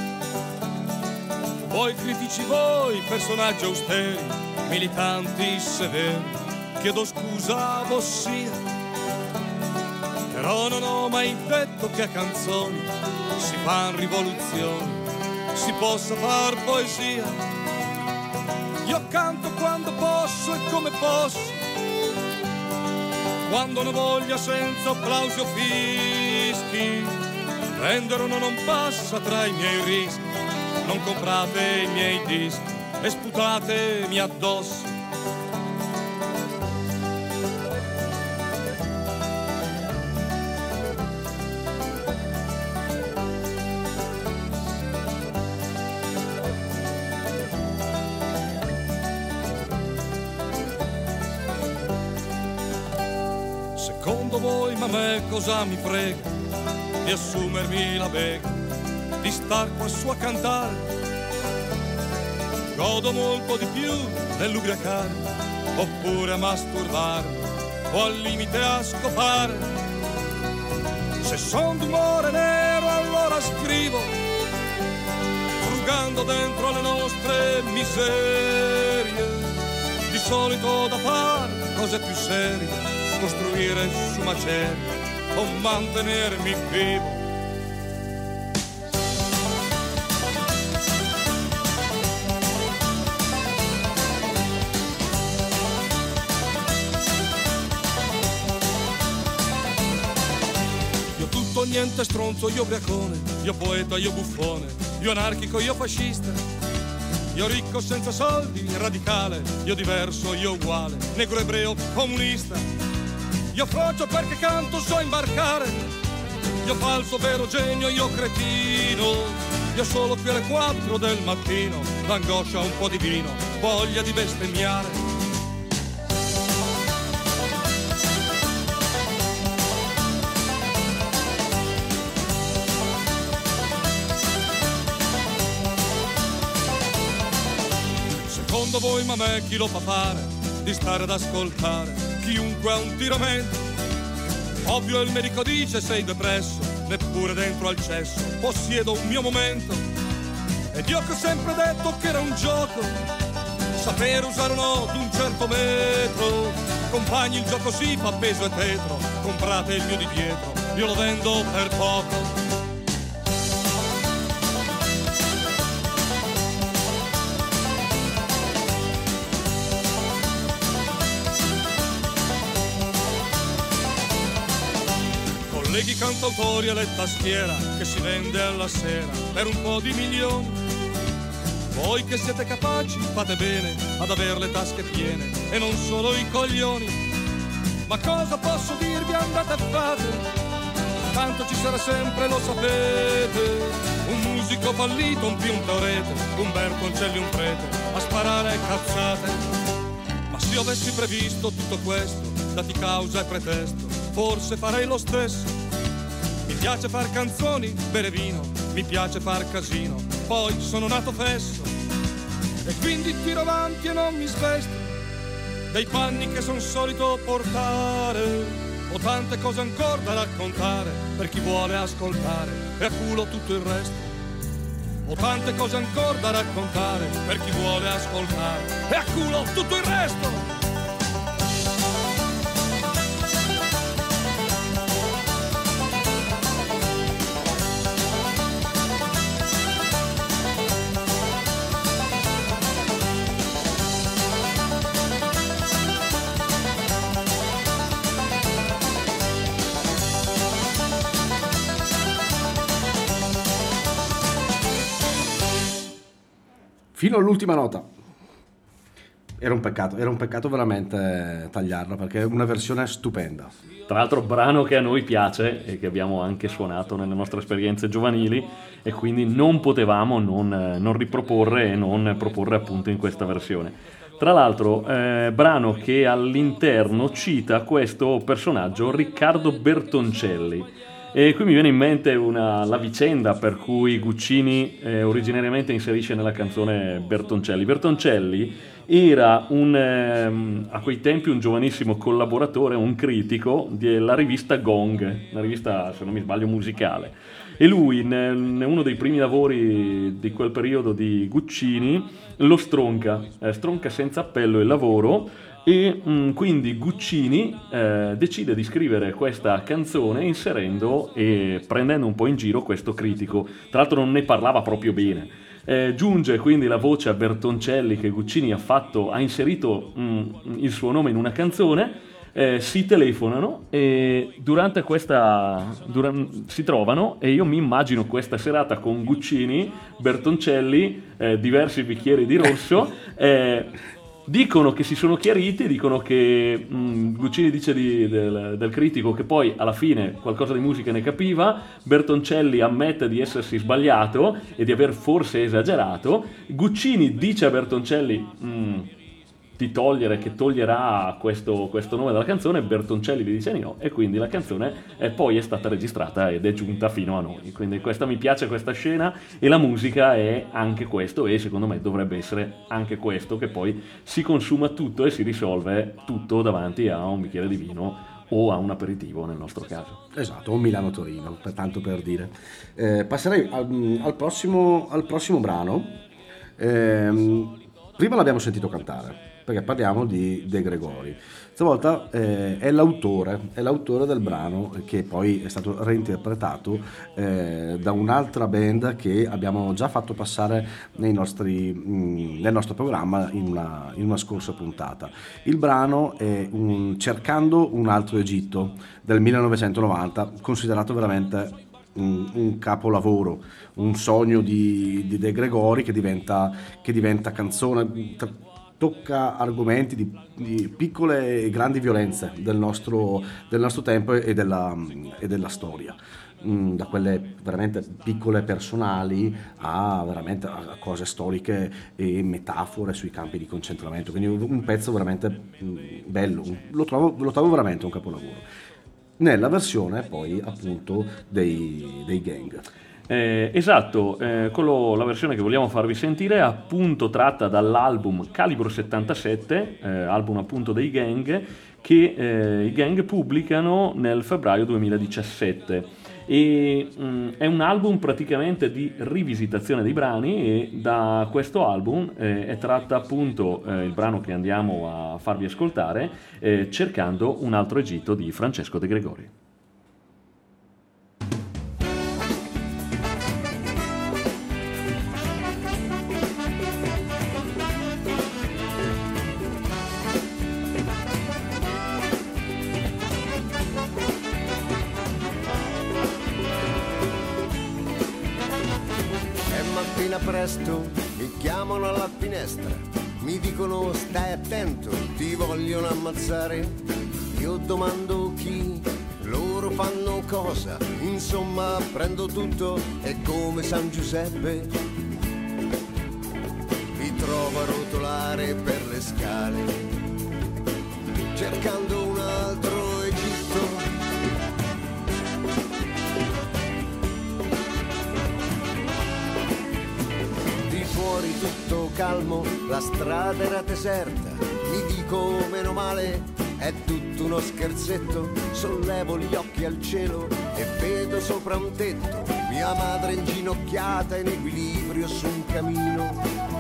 Voi critici, voi personaggi austeri, militanti severi, chiedo scusa a vossia, però non ho mai detto che a canzoni si fan rivoluzioni, si possa far poesia. Io canto quando posso e come posso, quando non voglio senza applausi o fischi. Vendere uno non passa tra i miei rischi, non comprate i miei dischi e sputatemi addosso. Secondo voi, ma a me cosa mi frega di assumermi la bega, di star qua su a cantare? Godo molto di più nell'ubriacare, oppure a masturbare, o al limite a scopare. Se son d'umore nero allora scrivo, frugando dentro le nostre miserie. Di solito da fare cose più serie, costruire su macerie o mantenermi vivo. Io tutto niente stronzo, io ubriacone, io poeta, io buffone, io anarchico, io fascista, io ricco senza soldi, radicale, io diverso, io uguale, negro, ebreo, comunista. Io frocio perché canto, so imbarcare, io falso, vero genio, io cretino. Io solo qui alle quattro del mattino, l'angoscia, un po' di vino, voglia di bestemmiare. Secondo voi, ma a me chi lo fa fare di stare ad ascoltare chiunque ha un tiramento? Ovvio il medico dice sei depresso, neppure dentro al cesso possiedo un mio momento. Ed io che ho sempre detto che era un gioco, sapere usare uno d'un certo metro. Compagni, il gioco si fa peso e tetro, comprate il mio di dietro, io lo vendo per poco. Colleghi cantautori e le tastiera che si vende alla sera per un po' di milioni. Voi che siete capaci fate bene ad aver le tasche piene e non solo i coglioni. Ma cosa posso dirvi, andate e fate, tanto ci sarà sempre, lo sapete, un musico fallito, un più un teorete, un Bertoncelli, un prete a sparare cazzate. Ma se io avessi previsto tutto questo, dati causa e pretesto, forse farei lo stesso. Mi piace far canzoni, bere vino, mi piace far casino, poi sono nato fesso e quindi tiro avanti e non mi svesto dei panni che son solito portare. Ho tante cose ancora da raccontare per chi vuole ascoltare e a culo tutto il resto. Ho tante cose ancora da raccontare per chi vuole ascoltare e a culo tutto il resto. Fino all'ultima nota. Era un peccato, era un peccato veramente tagliarla, perché è una versione stupenda. Tra l'altro brano che a noi piace e che abbiamo anche suonato nelle nostre esperienze giovanili, e quindi non potevamo non, non riproporre e non proporre appunto in questa versione. Tra l'altro eh, brano che all'interno cita questo personaggio, Riccardo Bertoncelli. E qui mi viene in mente una, la vicenda per cui Guccini eh, originariamente inserisce nella canzone Bertoncelli. Bertoncelli era un, ehm, a quei tempi un giovanissimo collaboratore, un critico della rivista Gong, una rivista, se non mi sbaglio, musicale. E lui, in, in uno dei primi lavori di quel periodo di Guccini, lo stronca, eh, stronca senza appello il lavoro. E mh, quindi Guccini eh, decide di scrivere questa canzone inserendo e prendendo un po' in giro questo critico. Tra l'altro non ne parlava proprio bene. Eh, giunge quindi la voce a Bertoncelli che Guccini ha fatto, ha inserito mh, il suo nome in una canzone, eh, si telefonano e durante questa dura, si trovano, e io mi immagino questa serata con Guccini, Bertoncelli, eh, diversi bicchieri di rosso. Eh, Dicono che si sono chiariti, dicono che mh, Guccini dice di, del, del critico che poi alla fine qualcosa di musica ne capiva, Bertoncelli ammette di essersi sbagliato e di aver forse esagerato, Guccini dice a Bertoncelli mh, di togliere, che toglierà questo, questo nome dalla canzone. Bertoncelli gli dice di no, e quindi la canzone è, poi è stata registrata ed è giunta fino a noi. Quindi questa, mi piace questa scena, e la musica è anche questo, e secondo me dovrebbe essere anche questo, che poi si consuma tutto e si risolve tutto davanti a un bicchiere di vino o a un aperitivo nel nostro caso. Esatto, o Milano-Torino, per tanto per dire. Eh, passerei al, al prossimo, al prossimo brano. Ehm, prima l'abbiamo sentito cantare, perché parliamo di De Gregori. Stavolta eh, è l'autore, è l'autore del brano, che poi è stato reinterpretato eh, da un'altra band che abbiamo già fatto passare nei nostri, mh, nel nostro programma in una, in una scorsa puntata. Il brano è un, Cercando un altro Egitto del millenovecentonovanta, considerato veramente un, un capolavoro, un sogno di, di De Gregori che diventa, che diventa canzone. Tra, tocca argomenti di, di piccole e grandi violenze del nostro, del nostro tempo e della, e della storia, mm, da quelle veramente piccole personali a veramente a cose storiche e metafore sui campi di concentramento, quindi un pezzo veramente mm, bello, lo trovo, lo trovo veramente un capolavoro, nella versione poi appunto dei, dei Gang. Eh, esatto, eh, quello, la versione che vogliamo farvi sentire è appunto tratta dall'album Calibro settantasette, eh, album appunto dei Gang, che eh, i Gang pubblicano nel febbraio duemiladiciassette, e mh, è un album praticamente di rivisitazione dei brani, e da questo album eh, è tratta appunto eh, il brano che andiamo a farvi ascoltare, eh, Cercando un altro Egitto di Francesco De Gregori. Presto mi chiamano alla finestra, mi dicono stai attento, ti vogliono ammazzare. Io domando chi, loro fanno cosa, insomma prendo tutto e come San Giuseppe mi trovo a rotolare per le scale, cercando un altro Egitto. Fuori tutto calmo, la strada era deserta, mi dico meno male, è tutto uno scherzetto, sollevo gli occhi al cielo e vedo sopra un tetto mia madre inginocchiata in equilibrio su un camino.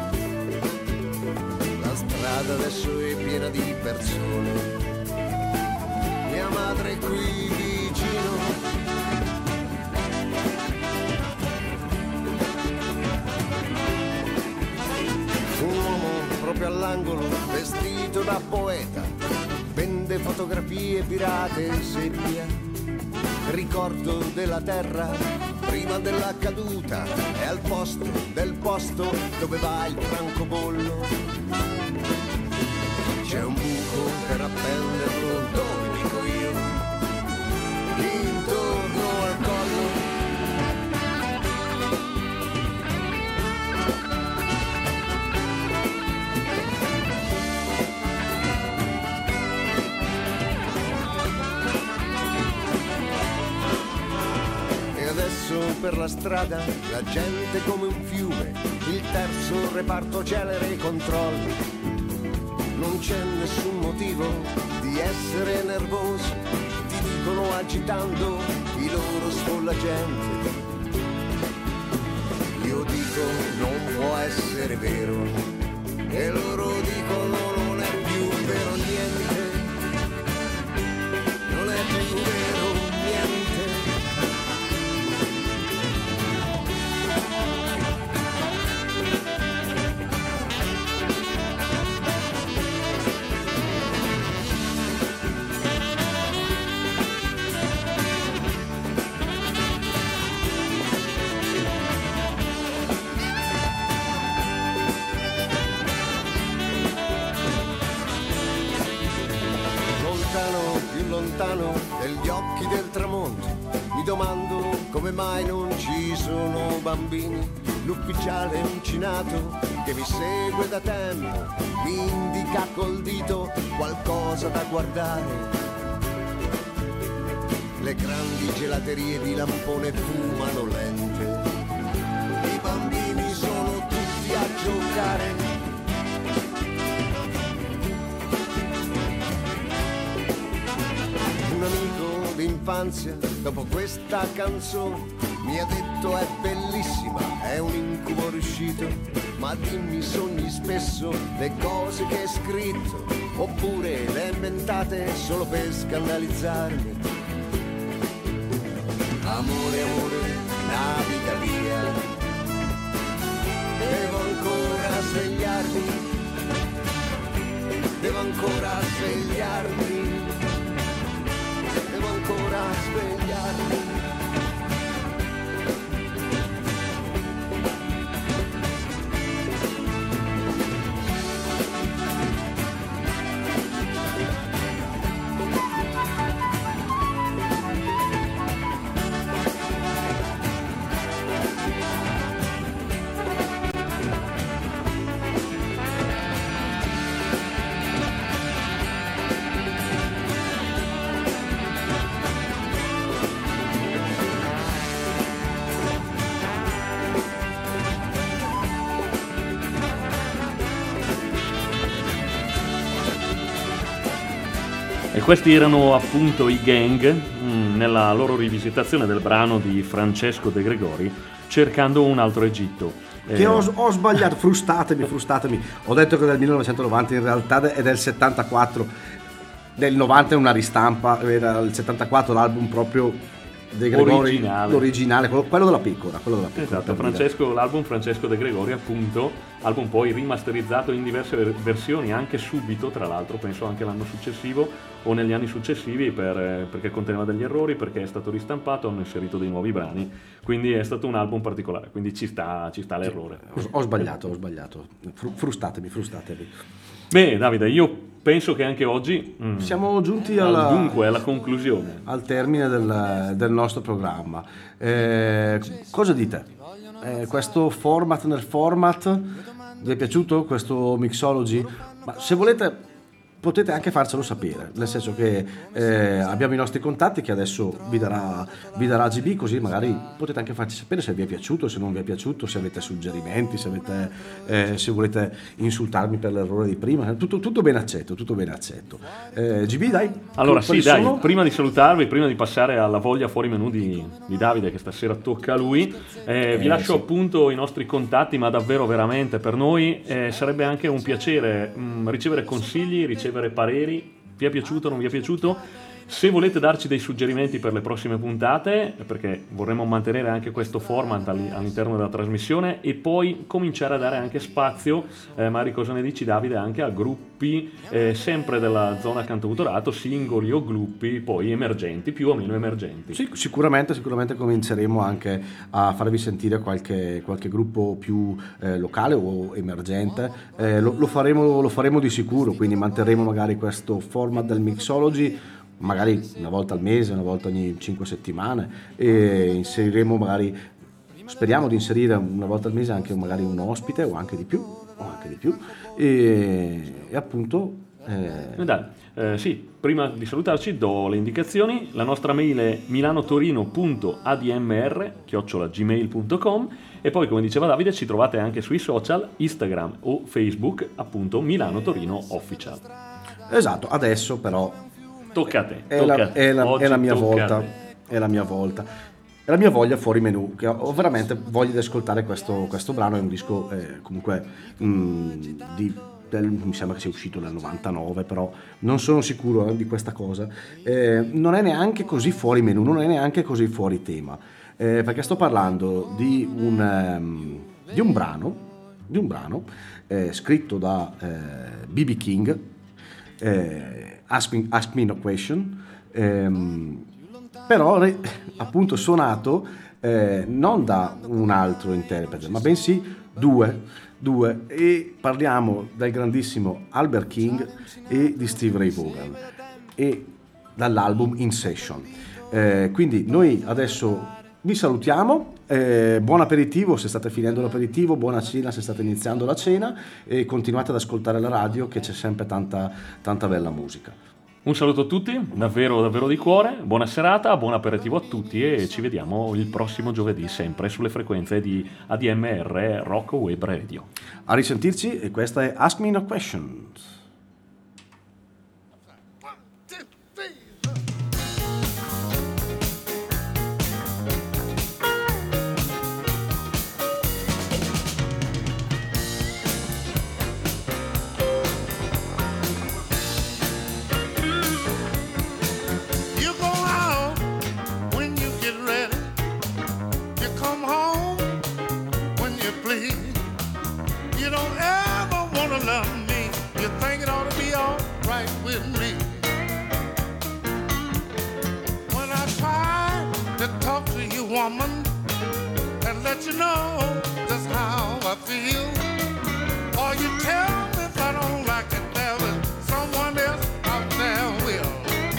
La strada adesso è piena di persone, mia madre è qui vicino. Proprio all'angolo, vestito da poeta, vende fotografie pirate e seppia, ricordo della terra prima della caduta, è al posto del posto dove va il francobollo. C'è un buco per appenderlo, dove dico io, intorno al collo. Per la strada la gente come un fiume, il terzo reparto celere i controlli. Non c'è nessun motivo di essere nervosi, ti dicono agitando i loro sfollagenti. Io dico non può essere vero, e loro dicono non è più vero niente, non è più vero niente. lontano degli occhi del tramonto. Mi domando come mai non ci sono bambini. L'ufficiale uncinato che mi segue da tempo mi indica col dito qualcosa da guardare. Le grandi gelaterie di Lampone fumano lente. I bambini sono tutti a giocare. Un amico d'infanzia, dopo questa canzone, mi ha detto è bellissima, è un incubo riuscito, ma dimmi sogni spesso le cose che hai scritto, oppure le hai inventate solo per scandalizzarmi. Amore, amore, naviga via, devo ancora svegliarmi, devo ancora svegliarmi, devo ancora svegliarmi. E questi erano appunto i Gang mh, nella loro rivisitazione del brano di Francesco De Gregori, Cercando un altro Egitto. Che ho, ho sbagliato, frustatemi, frustatemi. Ho detto che è del millenovecentonovanta, in realtà è del settantaquattro. Del novanta è una ristampa, era il settantaquattro l'album proprio De Gregori, Originale. l'originale, quello, quello della pecora, quello della pecora. Esatto, per dire. Francesco, l'album Francesco De Gregori, appunto, album poi rimasterizzato in diverse ver- versioni, anche subito, tra l'altro, penso anche l'anno successivo o negli anni successivi, per, perché conteneva degli errori, perché è stato ristampato, hanno inserito dei nuovi brani, quindi è stato un album particolare, quindi ci sta, ci sta l'errore. Ho, ho sbagliato, ho sbagliato. Fru- frustatemi, frustatemi. Beh, Davide, io penso che anche oggi mm, Siamo giunti al alla, dunque, alla conclusione. al termine del, del nostro programma. Eh, cosa dite? Eh, questo format nel format vi è piaciuto? Questo mixology? Ma se volete potete anche farcelo sapere, nel senso che eh, abbiamo i nostri contatti che adesso vi darà, vi darà G B, così magari potete anche farci sapere se vi è piaciuto, se non vi è piaciuto, se avete suggerimenti, se, avete, eh, se volete insultarmi per l'errore di prima, tutto, tutto ben accetto, tutto ben accetto. Eh, G B, dai. Allora quali sì, dai, sono? prima di salutarvi, prima di passare alla voglia fuori menù di, di Davide, che stasera tocca a lui, eh, vi Eh, lascio sì. appunto i nostri contatti, ma davvero veramente per noi eh, sarebbe anche un piacere mh, ricevere consigli, ricevere pareri. Vi è piaciuto, non vi è piaciuto? Se volete darci dei suggerimenti per le prossime puntate, perché vorremmo mantenere anche questo format all'interno della trasmissione e poi cominciare a dare anche spazio, eh, Mari, cosa ne dici Davide, anche a gruppi eh, sempre della zona cantautorato, singoli o gruppi poi emergenti, più o meno emergenti. Sì, sicuramente, sicuramente cominceremo anche a farvi sentire qualche, qualche gruppo più eh, locale o emergente, eh, lo, lo, faremo, lo faremo di sicuro, quindi manterremo magari questo format del mixology magari una volta al mese, una volta ogni cinque settimane, e inseriremo magari, speriamo di inserire una volta al mese anche magari un ospite o anche di più, o anche di più e, e appunto Eh, dai, eh, sì, prima di salutarci do le indicazioni. La nostra mail è milanotorino punto a d m r chiocciola gmail punto com e poi, come diceva Davide, ci trovate anche sui social, Instagram o Facebook, appunto Milano Torino Official. esatto. Adesso però Tocca a te, è, tocca la, a te. è, la, Oggi è la mia tocca a volta, te. è la mia volta, è la mia voglia fuori menù, che ho veramente voglia di ascoltare questo, questo brano. È un disco eh, comunque mh, di del, mi sembra che sia uscito nel novantanove, però non sono sicuro eh, di questa cosa. Eh, non è neanche così fuori menù, non è neanche così fuori tema, eh, perché sto parlando di un, um, di un brano, di un brano eh, scritto da eh, B B King, eh, Ask Me, Ask Me No Question, ehm, però re, appunto suonato eh, non da un altro interprete, ma bensì due, due, e parliamo del grandissimo Albert King e di Steve Ray Vaughan. E dall'album In Session. Eh, quindi noi adesso vi salutiamo, eh, buon aperitivo se state finendo l'aperitivo, buona cena se state iniziando la cena, e continuate ad ascoltare la radio, che c'è sempre tanta, tanta bella musica. Un saluto a tutti, davvero davvero di cuore, buona serata, buon aperitivo a tutti e ci vediamo il prossimo giovedì sempre sulle frequenze di A D M R Rock Web Radio. A risentirci, e questa è Ask Me No Questions. You go out when you get ready. You come home when you please. You don't ever wanna love me. You think it ought to be all right with me. When I try to talk to you, woman, and let you know just how I feel, or you tell me if I don't like it, there is someone else out there will.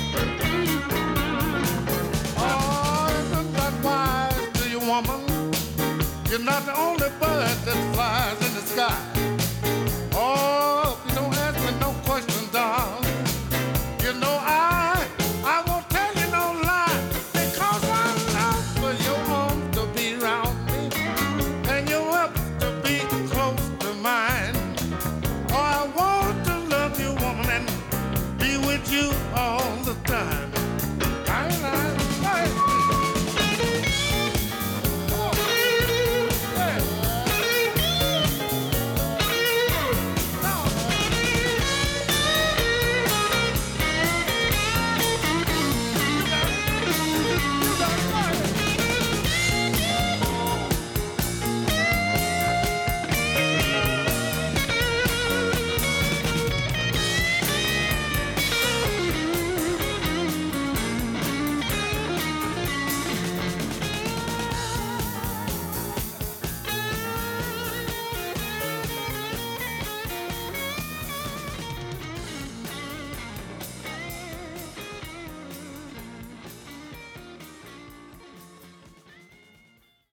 Oh, isn't that wise to you, woman? You're not the only bird that flies.